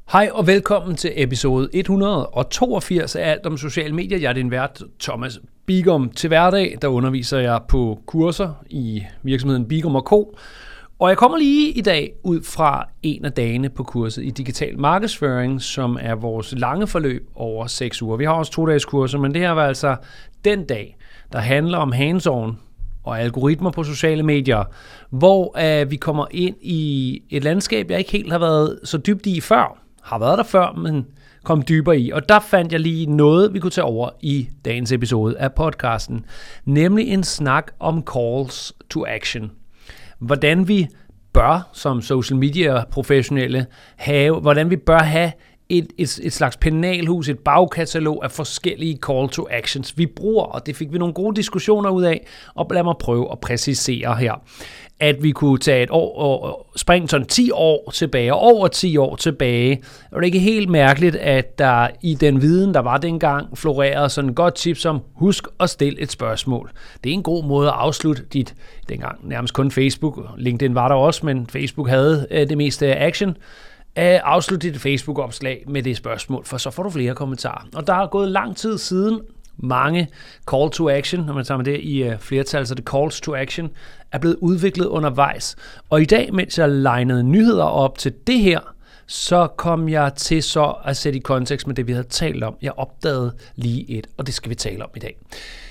Hej og velkommen til episode 182 af Alt om sociale medier. Jeg er din vært, Thomas Bigum. Til hverdag, der underviser jeg på kurser i virksomheden Bigum & Co. Og jeg kommer lige i dag ud fra en af dagene på kurset i digital markedsføring, som er vores lange forløb over 6 uger. Vi har også 2-dages kurser, men det her var altså den dag, der handler om hands-on og algoritmer på sociale medier, hvor vi kommer ind i et landskab, jeg ikke helt har været så dybt i før. Har været der før, men kom dybere i. Og der fandt jeg lige noget, vi kunne tage over i dagens episode af podcasten. Nemlig en snak om calls to action. Hvordan vi bør, som social media professionelle, hvordan vi bør have et slags penalhus, et bagkatalog af forskellige call to actions, vi bruger. Og det fik vi nogle gode diskussioner ud af. Og lad mig prøve at præcisere her. At vi kunne tage et år og springe sådan 10 år tilbage, og over 10 år tilbage. Og det er ikke helt mærkeligt, at der i den viden, der var dengang, florerede sådan et godt tip som, husk at stille et spørgsmål. Det er en god måde at afslutte dit, dengang nærmest kun Facebook, LinkedIn var der også, men Facebook havde det meste af action. Afslut dit Facebook-opslag med det spørgsmål, for så får du flere kommentarer. Og der er gået lang tid siden, mange call to action, når man tager med det i flertal, så det calls to action, er blevet udviklet undervejs. Og i dag, mens jeg lignede nyheder op til det her, så kom jeg til så at sætte i kontekst med det, vi havde talt om. Jeg opdagede lige et, og det skal vi tale om i dag.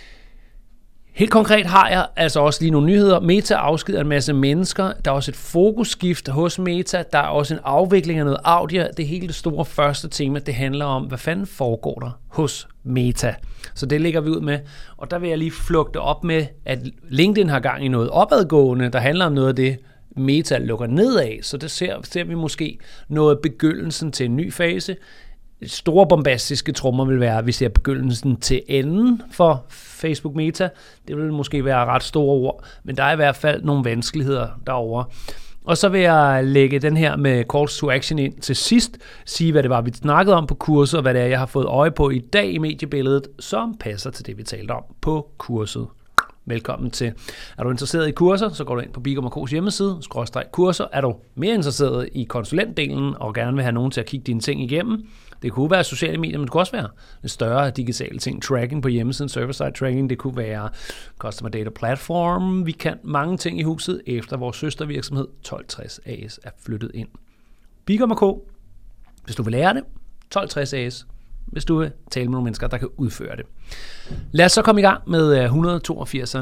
Helt konkret har jeg altså også lige nogle nyheder. Meta afskeder en masse mennesker. Der er også et fokusskift hos Meta. Der er også en afvikling af noget audio. Det hele det store første tema, det handler om, hvad fanden foregår der hos Meta. Så det lægger vi ud med. Og der vil jeg lige flugte op med, at LinkedIn har gang i noget opadgående, der handler om noget af det, Meta lukker nedad. Så det ser vi måske noget begyndelsen til en ny fase. Store bombastiske trommer vil være, at vi ser begyndelsen til enden for Facebook Meta. Det vil måske være ret store ord, men der er i hvert fald nogle vanskeligheder derovre. Og så vil jeg lægge den her med calls to action ind til sidst, sige hvad det var, vi snakkede om på kurset, og hvad det er, jeg har fået øje på i dag i mediebilledet, som passer til det, vi talte om på kurset. Velkommen til. Er du interesseret i kurser, så går du ind på Bigum & Co's hjemmeside, /kurser. Er du mere interesseret i konsulentdelen og gerne vil have nogen til at kigge dine ting igennem, det kunne være sociale medier, men det kunne også være lidt større digitale ting. Tracking på hjemmesiden, server-side tracking, det kunne være Customer Data Platform. Vi kan mange ting i huset, efter vores søstervirksomhed 1260 AS er flyttet ind. Bigum & Co. Hvis du vil lære det, 1260 AS. Hvis du vil tale med nogle mennesker, der kan udføre det. Lad os så komme i gang med 182'eren.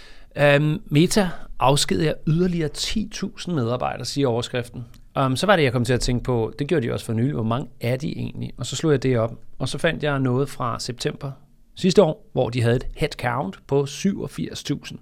Meta afskediger yderligere 10.000 medarbejdere, siger overskriften. Så var det, jeg kom til at tænke på, det gjorde de også for nylig, hvor mange er de egentlig? Og så slog jeg det op, og så fandt jeg noget fra september sidste år, hvor de havde et headcount på 87.000.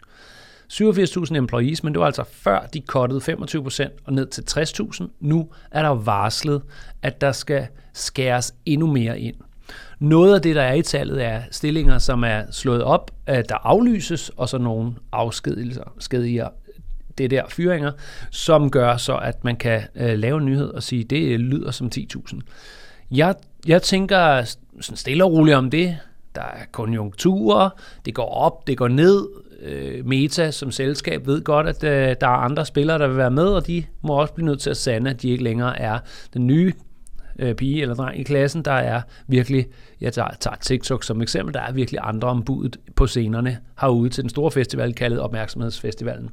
87.000 employees, men det var altså før de cuttede 25% og ned til 60.000. Nu er der varslet, at der skal skæres endnu mere ind. Noget af det, der er i tallet, er stillinger, som er slået op, der aflyses, og så nogle afskediger, det der fyringer, som gør så, at man kan lave en nyhed og sige, det lyder som 10.000. Jeg tænker sådan stille og roligt om det. Der er konjunkturer, det går op, det går ned. Meta som selskab ved godt, at der er andre spillere, der vil være med, og de må også blive nødt til at sande, at de ikke længere er den nye pige eller dreng i klassen. Der er virkelig, jeg tager TikTok som eksempel, der er virkelig andre ombud på scenerne herude til den store festival, kaldet Opmærksomhedsfestivalen.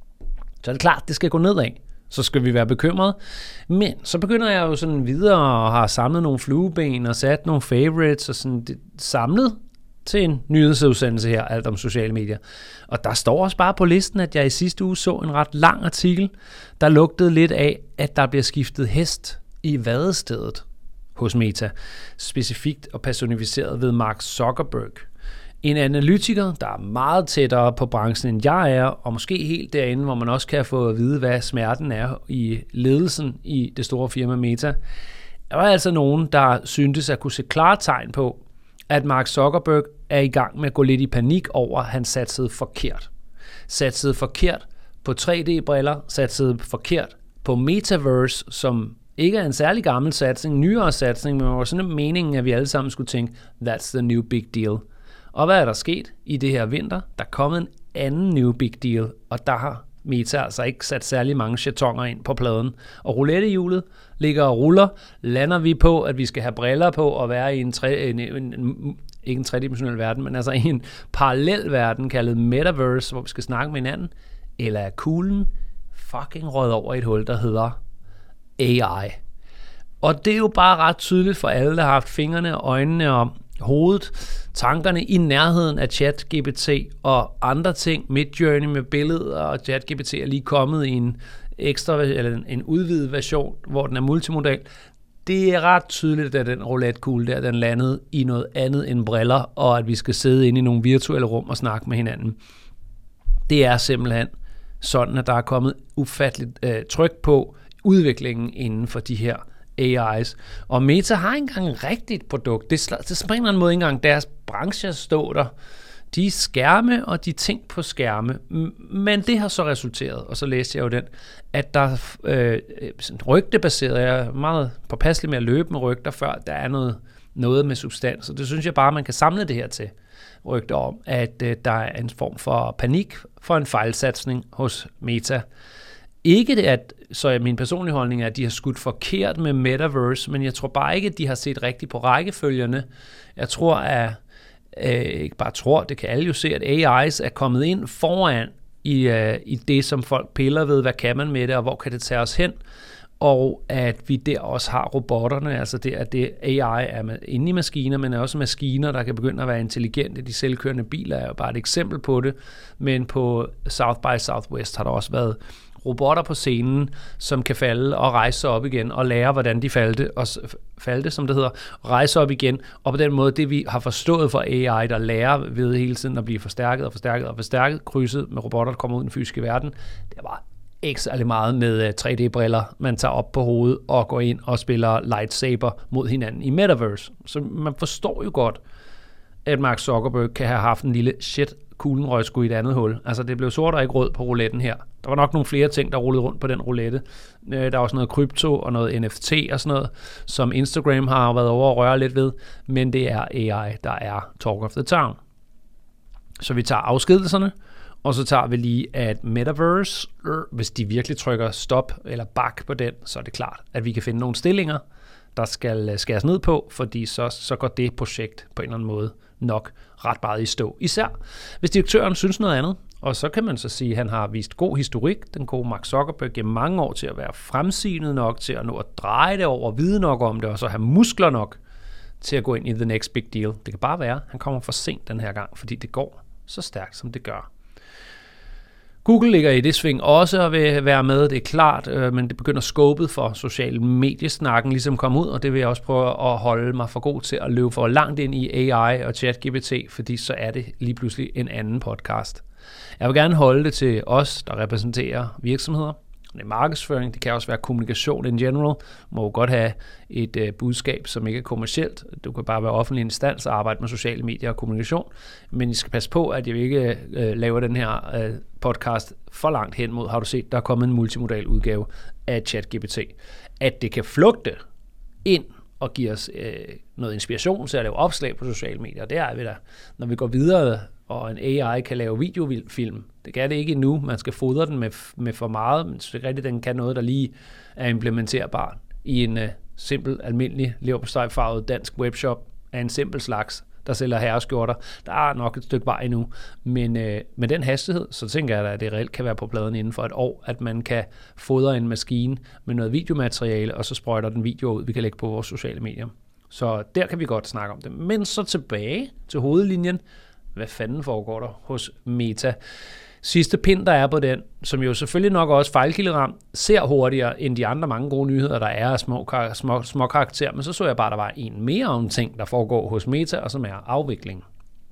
Så er det klart, det skal gå nedad. Så skal vi være bekymrede. Men så begynder jeg jo sådan videre og har samlet nogle flueben og sat nogle favorites og sådan samlet til en nyhedsudsendelse her, alt om sociale medier. Og der står også bare på listen, at jeg i sidste uge så en ret lang artikel, der lugtede lidt af, at der bliver skiftet hest i vadestedet hos Meta. Specifikt og personificeret ved Mark Zuckerberg. En analytiker, der er meget tættere på branchen, end jeg er, og måske helt derinde, hvor man også kan få at vide, hvad smerten er i ledelsen i det store firma Meta. Der var altså nogen, der syntes at kunne se klare tegn på, at Mark Zuckerberg er i gang med at gå lidt i panik over, at han satsede forkert. Satsede forkert på 3D-briller, satsede forkert på Metaverse, som ikke er en særlig gammel satsning, nyere satsning, men var sådan en mening, at vi alle sammen skulle tænke, that's the new big deal. Og hvad er der sket i det her vinter? Der er kommet en anden new big deal, og der har Meta altså ikke sat særlig mange jetoner ind på pladen. Og roulettehjulet ligger og ruller. Lander vi på, at vi skal have briller på og være i ikke en tredimensionel verden, men altså i en parallel verden kaldet Metaverse, hvor vi skal snakke med hinanden, eller er kuglen fucking røget over et hul, der hedder AI. Og det er jo bare ret tydeligt for alle, der har haft fingrene, øjnene og hovedet, tankerne i nærheden af ChatGPT og andre ting. Midjourney med billeder, og ChatGPT er lige kommet i en ekstra eller en udvidet version, hvor den er multimodal. Det er ret tydeligt, at den roulette-kugle der, den landede i noget andet end briller, og at vi skal sidde inde i nogle virtuelle rum og snakke med hinanden. Det er simpelthen sådan, at der er kommet ufatteligt tryk på udviklingen inden for de her AI's. Og Meta har ikke engang et rigtigt produkt. Det er på en eller anden måde ikke engang deres branche stå der. De er skærme, og de ting på skærme. Men det har så resulteret, og så læste jeg jo den, at der rygtebaseret, jeg er meget påpasselig med at løbe med rygter, før der er noget med substans. Og det synes jeg bare, man kan samle det her til rygter om, at der er en form for panik for en fejlsatsning hos Meta. Ikke det, så min personlige holdning er, at de har skudt forkert med Metaverse, men jeg tror bare ikke, at de har set rigtigt på rækkefølgerne. Jeg tror, ikke bare tror, det kan alle jo se, at AI's er kommet ind foran i det, som folk piller ved, hvad kan man med det, og hvor kan det tage os hen, og at vi der også har robotterne, altså det, at det AI er inde i maskiner, men er også maskiner, der kan begynde at være intelligente. De selvkørende biler er jo bare et eksempel på det, men på South by Southwest har der også været robotter på scenen, som kan falde og rejse sig op igen, og lære, hvordan de falde, som det hedder, og rejse op igen. Og på den måde, det vi har forstået for AI, der lærer ved hele tiden at blive forstærket, krydset med robotter, der kommer ud i den fysiske verden, det er bare ikke særlig meget med 3D-briller, man tager op på hovedet og går ind og spiller lightsaber mod hinanden i Metaverse. Så man forstår jo godt, at Mark Zuckerberg kan have haft en lille kuglen røg sgu i et andet hul. Altså, det blev sort og ikke rød på rouletten her. Der var nok nogle flere ting, der rullede rundt på den roulette. Der var også noget krypto og noget NFT og sådan noget, som Instagram har været over at røre lidt ved, men det er AI, der er talk of the town. Så vi tager afskedelserne, og så tager vi lige, at Metaverse, hvis de virkelig trykker stop eller back på den, så er det klart, at vi kan finde nogle stillinger, der skal skæres ned på, fordi så går det projekt på en eller anden måde nok ret meget i stå. Især hvis direktøren synes noget andet, og så kan man så sige, at han har vist god historik, den gode Mark Zuckerberg, gennem mange år til at være fremsynet nok, til at nå at dreje det over, vide nok om det, og så have muskler nok til at gå ind i the next big deal. Det kan bare være, at han kommer for sent den her gang, fordi det går så stærkt, som det gør. Google ligger i det sving også og vil være med, det er klart, men det begynder skåbet for social mediesnakken ligesom komme ud, og det vil jeg også prøve at holde mig for god til at løbe for langt ind i AI og ChatGPT, fordi så er det lige pludselig en anden podcast. Jeg vil gerne holde det til os, der repræsenterer virksomheder. Det er markedsføring, det kan også være kommunikation in general. Du må jo godt have et budskab, som ikke er kommercielt. Du kan bare være offentlig instans og arbejde med sociale medier og kommunikation. Men I skal passe på, at jeg ikke laver den her podcast for langt hen mod, har du set, der er kommet en multimodal udgave af ChatGPT. At det kan flugte ind og give os noget inspiration til at lave opslag på sociale medier. Det er vi da. Når vi går videre, og en AI kan lave videofilm. Det kan det ikke endnu. Man skal fodre den med for meget, men det er rigtigt, den kan noget, der lige er implementerbart i en simpel, almindelig, leverpostejfarvet dansk webshop af en simpel slags, der sælger herreskjorter. Der er nok et stykke vej endnu, men med den hastighed, så tænker jeg, at det reelt kan være på pladen inden for et år, at man kan fodre en maskine med noget videomateriale, og så sprøjter den video ud, vi kan lægge på vores sociale medier. Så der kan vi godt snakke om det. Men så tilbage til hovedlinjen. Hvad fanden foregår der hos Meta? Sidste pind, der er på den, som jo selvfølgelig nok også fejlkilderamt, ser hurtigere end de andre mange gode nyheder, der er af små karakterer, men så jeg bare, der var en mere om ting, der foregår hos Meta, og som er afvikling.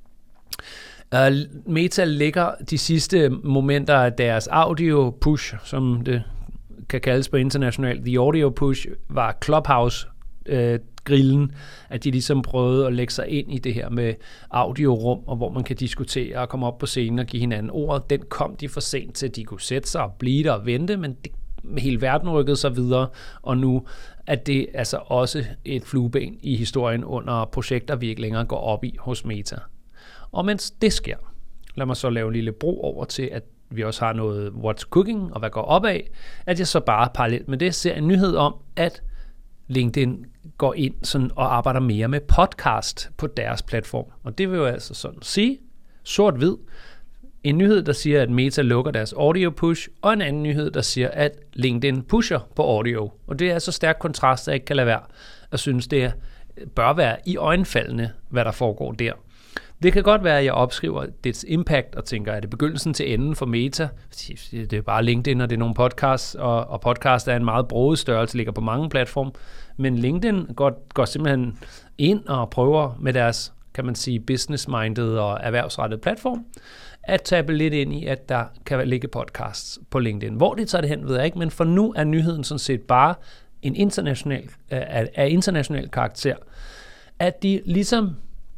Meta lægger de sidste momenter af deres audio push, som det kan kaldes på internationalt. The audio push var Clubhouse grillen, at de ligesom prøvede at lægge sig ind i det her med audiorum, og hvor man kan diskutere og komme op på scenen og give hinanden ordet. Den kom de for sent til, at de kunne sætte sig og blive der og vente, men hele verden rykkede sig videre, og nu er det altså også et flueben i historien under projekter, vi ikke længere går op i hos Meta. Og mens det sker, lad mig så lave en lille bro over til, at vi også har noget What's Cooking og hvad går opad, at jeg så bare parallelt med det ser en nyhed om, at LinkedIn går ind sådan og arbejder mere med podcast på deres platform. Og det vil jo altså sådan sige, sort-hvid, en nyhed, der siger, at Meta lukker deres audio push, og en anden nyhed, der siger, at LinkedIn pusher på audio. Og det er så stærk kontrast, at jeg ikke kan lade være at synes, det bør være i øjenfaldende, hvad der foregår der. Det kan godt være, at jeg opskriver dets impact og tænker, at det er begyndelsen til enden for Meta. Det er bare LinkedIn, og det er nogle podcasts, og podcast er en meget broget størrelse, ligger på mange platforme. Men LinkedIn går simpelthen ind og prøver med deres, kan man sige, business-minded og erhvervsrettet platform, at tabe lidt ind i, at der kan ligge podcasts på LinkedIn. Hvor de tager det hen, ved jeg ikke, men for nu er nyheden sådan set bare en international karakter. At de ligesom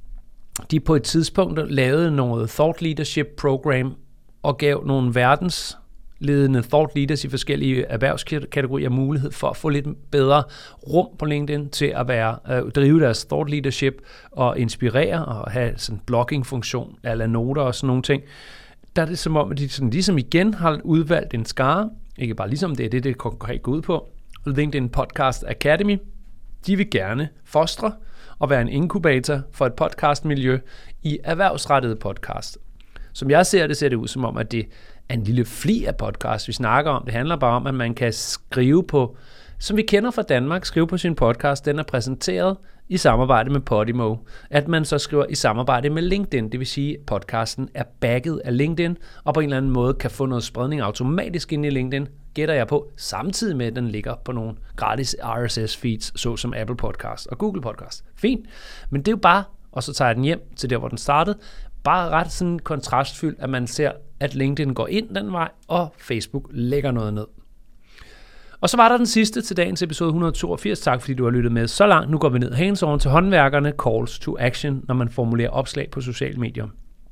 de på et tidspunkt lavede noget thought leadership program og gav nogle verdensledende thought leaders i forskellige erhvervskategorier mulighed for at få lidt bedre rum på LinkedIn til at drive deres thought leadership og inspirere og have sådan en blogging-funktion eller noter og sådan nogle ting. Der er det som om, at de sådan, ligesom igen har udvalgt en skare, ikke bare ligesom det konkret går ud på, LinkedIn Podcast Academy. De vil gerne fostre og være en inkubator for et podcastmiljø i erhvervsrettede podcast. Som jeg ser det ud som om, at det er en lille fli af podcast, vi snakker om. Det handler bare om, at man kan skrive på, som vi kender fra Danmark, skrive på sin podcast. Den er præsenteret i samarbejde med Podimo. At man så skriver i samarbejde med LinkedIn, det vil sige, at podcasten er backet af LinkedIn, og på en eller anden måde kan få noget spredning automatisk ind i LinkedIn, gætter jeg på, samtidig med, at den ligger på nogle gratis RSS-feeds, såsom Apple Podcast og Google Podcast. Fint, men det er jo bare, og så tager jeg den hjem til der, hvor den startede, bare ret sådan kontrastfyldt, at man ser, at LinkedIn går ind den vej, og Facebook lægger noget ned. Og så var der den sidste til dagens episode 182. Tak fordi du har lyttet med så langt. Nu går vi ned hands-on til håndværkerne, calls to action, når man formulerer opslag på sociale medier.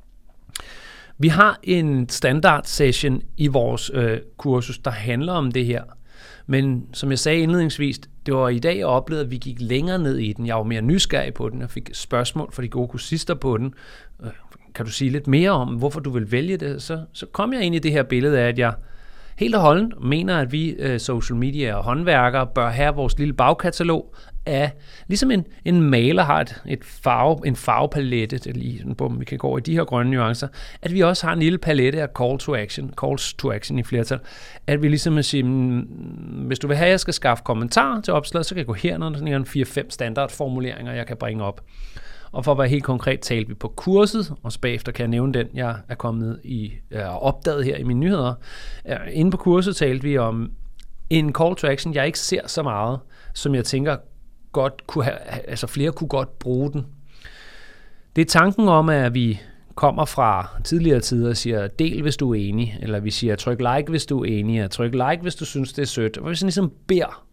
Vi har en standard session i vores kursus, der handler om det her. Men som jeg sagde indledningsvis, det var i dag, jeg oplevede, at vi gik længere ned i den. Jeg var mere nysgerrig på den. Jeg fik spørgsmål fra de gode kursister på den. Kan du sige lidt mere om, hvorfor du vil vælge det? Så kom jeg ind i det her billede af, at jeg helt og holdent mener, at vi social media og håndværkere bør have vores lille bagkatalog af, ligesom en maler har en farvepalette, vi kan gå over i de her grønne nuancer, at vi også har en lille palette af calls to action i flertal, at vi ligesom siger, hvis du vil have, at jeg skal skaffe kommentarer til opslaget, så kan jeg gå her, når der er 4-5 standardformuleringer, jeg kan bringe op. Og for at være helt konkret, talte vi på kurset, og så bagefter kan jeg nævne den, jeg er kommet i opdaget her i mine nyheder. Inde på kurset talte vi om en call to action, jeg ikke ser så meget, som jeg tænker godt kunne have, altså flere kunne godt bruge den. Det er tanken om, at vi kommer fra tidligere tider og siger, del hvis du er enig, eller vi siger, tryk like hvis du er enig, og tryk like hvis du synes det er sødt, og vi sådan ligesom beder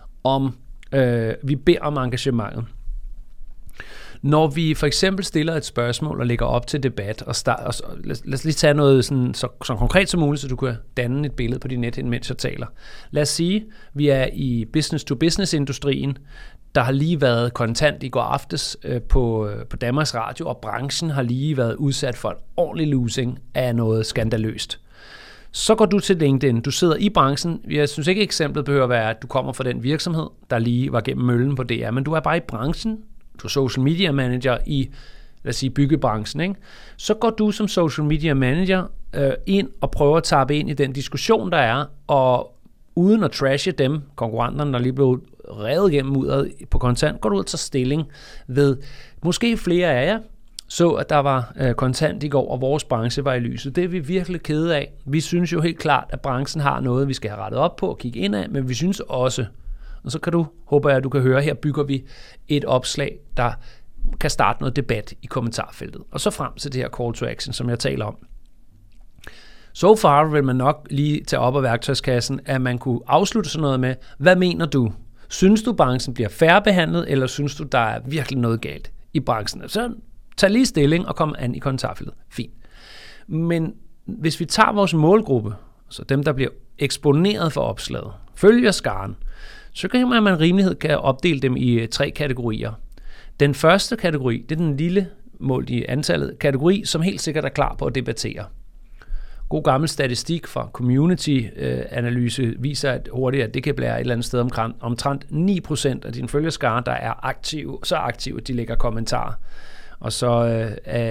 om engagementet. Når vi for eksempel stiller et spørgsmål og lægger op til debat, og lad os lige tage noget sådan, så konkret som muligt, så du kan danne et billede på din net, mens jeg taler. Lad os sige, vi er i business-to-business-industrien, der har lige været kontant i går aftes på Danmarks Radio, og branchen har lige været udsat for en ordentlig losing af noget skandaløst. Så går du til LinkedIn, du sidder i branchen. Jeg synes ikke, eksemplet behøver at være, at du kommer fra den virksomhed, der lige var gennem møllen på DR, men du er bare i branchen. Du er social media manager i, lad os sige, byggebranchen, ikke? Så går du som social media manager ind og prøver at tappe ind i den diskussion, der er, og uden at trashe dem, konkurrenterne, der lige blev revet gennem udad på kontant, går du ud og tager stilling ved, måske flere af jer, så at der var kontant i går, og vores branche var i lyset. Det er vi virkelig kede af. Vi synes jo helt klart, at branchen har noget, vi skal have rettet op på og kigge ind af, men vi synes også, og så håber jeg, at du kan høre, her bygger vi et opslag, der kan starte noget debat i kommentarfeltet. Og så frem til det her call to action, som jeg taler om. So far vil man nok lige tage op af værktøjskassen, at man kunne afslutte sådan noget med, hvad mener du? Synes du, branchen bliver fair behandlet, eller synes du, der er virkelig noget galt i branchen? Så tag lige stilling og kom an i kommentarfeltet. Fint. Men hvis vi tager vores målgruppe, så dem, der bliver eksponeret for opslaget, følger skaren, så kan man rimelighed kan opdele dem i 3 kategorier. Den første kategori, det er den lille målt i antallet kategori, som helt sikkert er klar på at debattere. god gammel statistik fra community-analyse viser at hurtigt, at det kan blive et eller andet sted omtrent 9% af dine følgerskare, der er så aktive, at de lægger kommentarer. Og så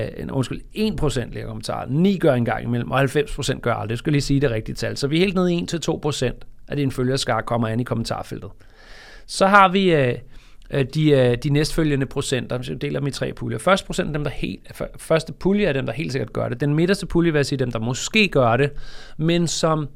1% lægger kommentarer. 9 gør en gang imellem, og 90% gør aldrig. Jeg skal lige sige det rigtige tal. Så vi er helt nede i 1-2% af dine følgerskare kommer an i kommentarfeltet. Så har vi de næstfølgende procenter, hvis vi deler dem i 3 puljer. Første pulje er dem, der helt sikkert gør det. Den midterste pulje vil jeg sige dem, der måske gør det, men som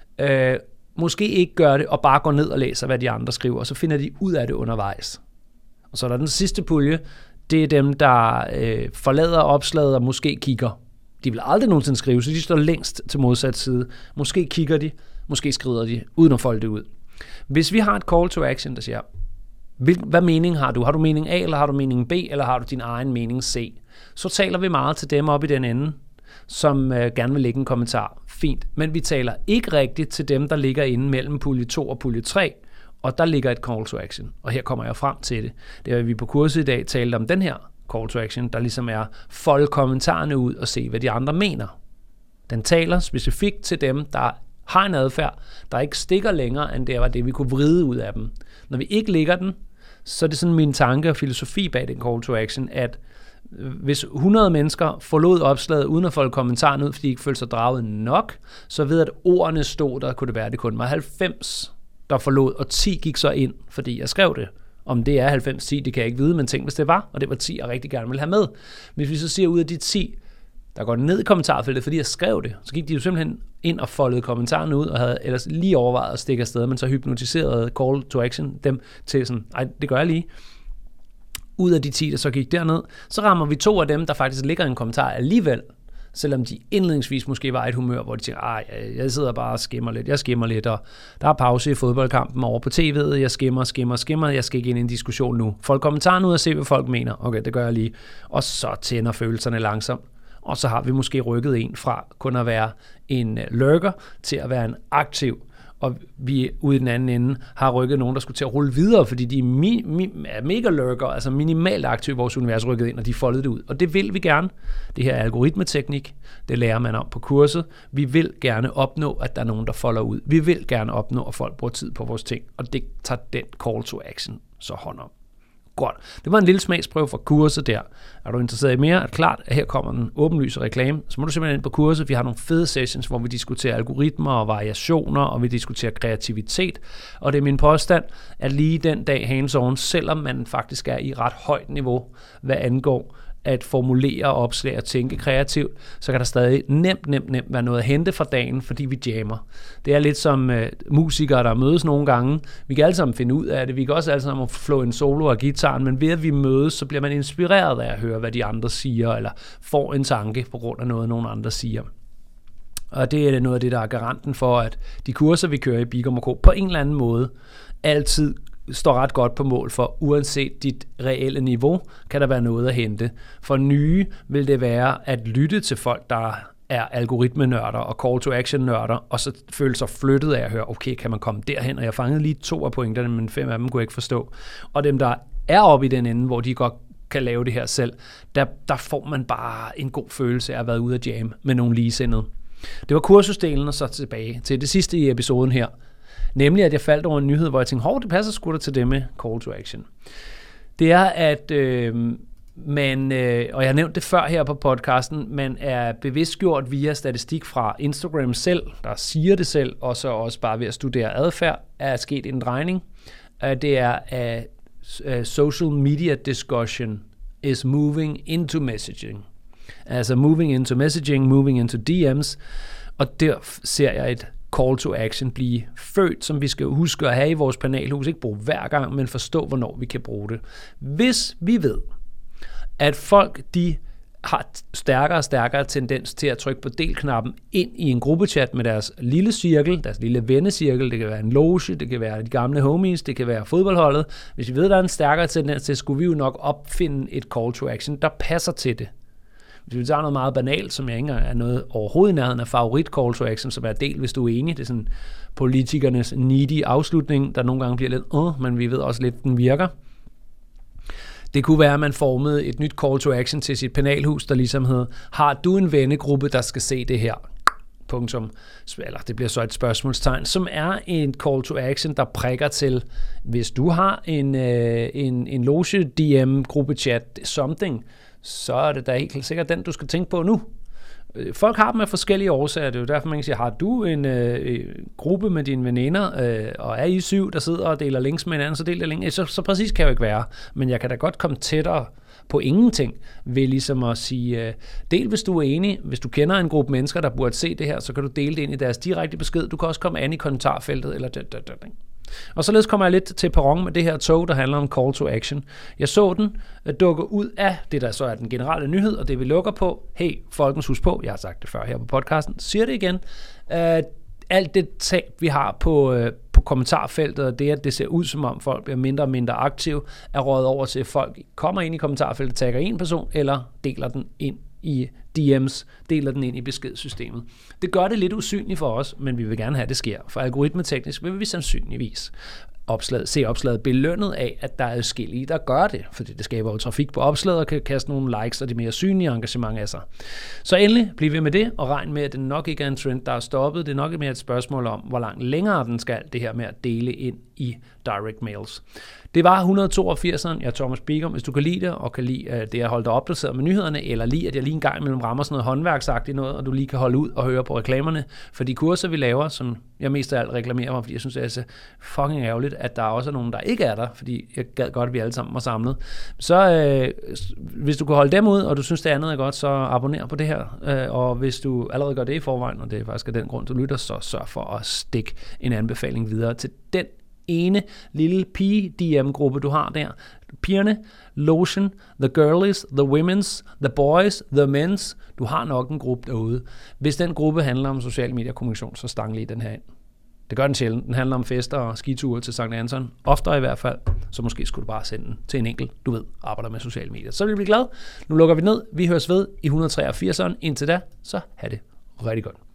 måske ikke gør det, og bare går ned og læser, hvad de andre skriver, og så finder de ud af det undervejs. Og så er der den sidste pulje, det er dem, der forlader opslaget og måske kigger. De vil aldrig nogensinde skrive, så de står længst til modsat side. Måske kigger de, måske skrider de, uden at folde det ud. Hvis vi har et call to action, der siger, hvad mening har du? Har du mening A, eller har du mening B, eller har du din egen mening C? Så taler vi meget til dem op i den ende, som gerne vil lægge en kommentar. Fint. Men vi taler ikke rigtigt til dem, der ligger inde mellem pulje 2 og pulje 3, og der ligger et call to action. Og her kommer jeg frem til det. Det er, at vi på kurset i dag talte om den her call to action, der ligesom er folde kommentarerne ud og se, hvad de andre mener. Den taler specifikt til dem, der har en adfærd, der ikke stikker længere, end det var det, vi kunne vride ud af dem. Når vi ikke lægger den, så er det sådan min tanke og filosofi bag den call to action, at hvis 100 mennesker forlod opslaget uden at folde kommentaren ud, fordi de ikke følte sig draget nok, så ved at ordene stod der, kunne det være, det kun var 90, der forlod, og 10 gik så ind, fordi jeg skrev det. Om det er 90-10, det kan jeg ikke vide, men tænk, hvis det var, og det var 10, jeg rigtig gerne ville have med. Hvis vi så siger ud af de 10, der går ned i kommentarfeltet, fordi jeg skrev det, så gik de jo simpelthen ind og foldede kommentarerne ud, og havde ellers lige overvejet at stikke afsted, men så hypnotiserede call to action dem til sådan, ej, det gør jeg lige. Ud af de 10, der så gik derned, så rammer vi 2 af dem, der faktisk ligger en kommentar alligevel, selvom de indledningsvis måske var et humør, hvor de tænker, jeg sidder bare og skimmer lidt, og der er pause i fodboldkampen over på tv'et, jeg skimmer, jeg skal ikke ind i en diskussion nu. Folk kommentaren ud og se, hvad folk mener. Okay, det gør jeg lige. Og så tænder følelserne langsomt. Og så har vi måske rykket en fra kun at være en lurker til at være en aktiv. Og vi ude i den anden ende har rykket nogen, der skulle til at rulle videre, fordi de er mega lurker, altså minimalt aktive i vores univers, rykket ind, og de foldede det ud. Og det vil vi gerne. Det her er algoritmeteknik, det lærer man om på kurset. Vi vil gerne opnå, at der er nogen, der folder ud. Vi vil gerne opnå, at folk bruger tid på vores ting, og det tager den call to action så hånd om. Godt. Det var en lille smagsprøve fra kurset der. Er du interesseret i mere? Er det klart, at her kommer en åbenlyse reklame, så må du simpelthen ind på kurset. Vi har nogle fede sessions, hvor vi diskuterer algoritmer og variationer, og vi diskuterer kreativitet. Og det er min påstand, at lige den dag hands-on, selvom man faktisk er i ret højt niveau, hvad angår at formulere opslag og tænke kreativt, så kan der stadig nemt være noget at hente fra dagen, fordi vi jammer. Det er lidt som musikere, der mødes nogle gange. Vi kan alle sammen finde ud af det. Vi kan også alle sammen flå en solo af gitaren, men ved at vi mødes, så bliver man inspireret af at høre, hvad de andre siger, eller får en tanke på grund af noget, nogen andre siger. Og det er noget af det, der er garanten for, at de kurser, vi kører i Bigum & Co. på en eller anden måde, altid står ret godt på mål for, uanset dit reelle niveau, kan der være noget at hente. For nye vil det være at lytte til folk, der er algoritmenørder og call to action nørder, og så føle sig flyttet af at høre, okay, kan man komme derhen? Og jeg fangede lige 2 af pointerne, men 5 af dem kunne jeg ikke forstå. Og dem, der er oppe i den ende, hvor de godt kan lave det her selv, der får man bare en god følelse af at have været ude at jam med nogle ligesindede. Det var kursusdelen, og så tilbage til det sidste i episoden her. Nemlig, at jeg faldt over en nyhed, hvor jeg tænkte, det passer sgu da til det med call to action. Det er, at man, og jeg har nævnt det før her på podcasten, man er bevidstgjort via statistik fra Instagram selv, der siger det selv, og så også bare ved at studere adfærd, er sket en drejning. Det er, at social media discussion is moving into messaging. Altså moving into messaging, moving into DM's, og der ser jeg et call to action blive født, som vi skal huske at have i vores panelhus. Ikke bruge hver gang, men forstå, hvornår vi kan bruge det. Hvis vi ved, at folk de har stærkere og stærkere tendens til at trykke på del-knappen ind i en gruppechat med deres lille cirkel, deres lille vennecirkel, det kan være en loge, det kan være de gamle homies, det kan være fodboldholdet. Hvis vi ved, at der er en stærkere tendens til, skulle vi jo nok opfinde et call to action, der passer til det. Hvis vi tager noget meget banalt, som jeg ikke er noget overhovedet i nærheden af favorit call to action, som er del, hvis du er enig. Det er sådan politikernes needy afslutning, der nogle gange bliver lidt, men vi ved også lidt, den virker. Det kunne være, at man formede et nyt call to action til sit panelhus, der ligesom hedder, har du en vennegruppe, der skal se det her? punktum, eller det bliver så et spørgsmålstegn, som er en call to action, der prikker til, hvis du har en loge DM gruppechat something, så er det da helt sikkert den, du skal tænke på nu. Folk har dem af forskellige årsager. Det er jo derfor, man kan sige, har du en gruppe med dine veninder, og er I 7, der sidder og deler links med hinanden, så deler links. Så præcis kan jeg jo ikke være. Men jeg kan da godt komme tættere på ingenting, ved ligesom at sige, del hvis du er enig. Hvis du kender en gruppe mennesker, der burde se det her, så kan du dele det ind i deres direkte besked. Du kan også komme an i kommentarfeltet, eller Og således kommer jeg lidt til perron med det her tog, der handler om call to action. Jeg så den dukke ud af det, der så er den generelle nyhed, og det vi lukker på. Hey, folkens, husk på, jeg har sagt det før her på podcasten, siger det igen. Alt det tab, vi har på kommentarfeltet, og det, at det ser ud som om folk bliver mindre og mindre aktive, er røget over til, at folk kommer ind i kommentarfeltet, tagger en person, eller deler den ind i DM's, deler den ind i beskedssystemet. Det gør det lidt usynligt for os, men vi vil gerne have, at det sker. For algoritmeteknisk vil vi sandsynligvis se opslaget belønnet af, at der er forskellige, der gør det, fordi det skaber jo trafik på opslaget og kan kaste nogle likes og det mere synlige engagement af sig. Så endelig bliv ved med det, og regn med, at det nok ikke er en trend, der er stoppet. Det er nok mere et spørgsmål om, hvor langt længere den skal, det her med at dele ind i direct mails. Det var 182'eren. Jeg er Thomas Bigum. Hvis du kan lide det, og kan lide det, jeg holdt dig opdateret med nyhederne, eller lide, at jeg lige en gang imellem rammer sådan noget håndværksagtigt noget, og du lige kan holde ud og høre på reklamerne for de kurser, vi laver, som jeg mest af alt reklamerer mig, fordi jeg synes, det er så fucking ærgerligt, at der også er nogen, der ikke er der, fordi jeg gad godt, at vi alle sammen var samlet. Så hvis du kan holde dem ud, og du synes, det andet er godt, så abonner på det her. Og hvis du allerede gør det i forvejen, og det er faktisk af den grund, du lytter, så sørg for at stikke en anbefaling videre til den ene lille pige-DM-gruppe, du har der. Pigerne, lotion, the girlies, the women's, the boys, the men's. Du har nok en gruppe derude. Hvis den gruppe handler om social media og kommunikation, så stang lige den her ind. Det gør den sjældent. Den handler om fester og skiture til Sankt Anton. Oftere i hvert fald. Så måske skulle du bare sende den til en enkelt, du ved, arbejder med sociale medier. Så vil vi blive glade. Nu lukker vi ned. Vi høres ved i 183'eren. Indtil da, så have det rigtig godt.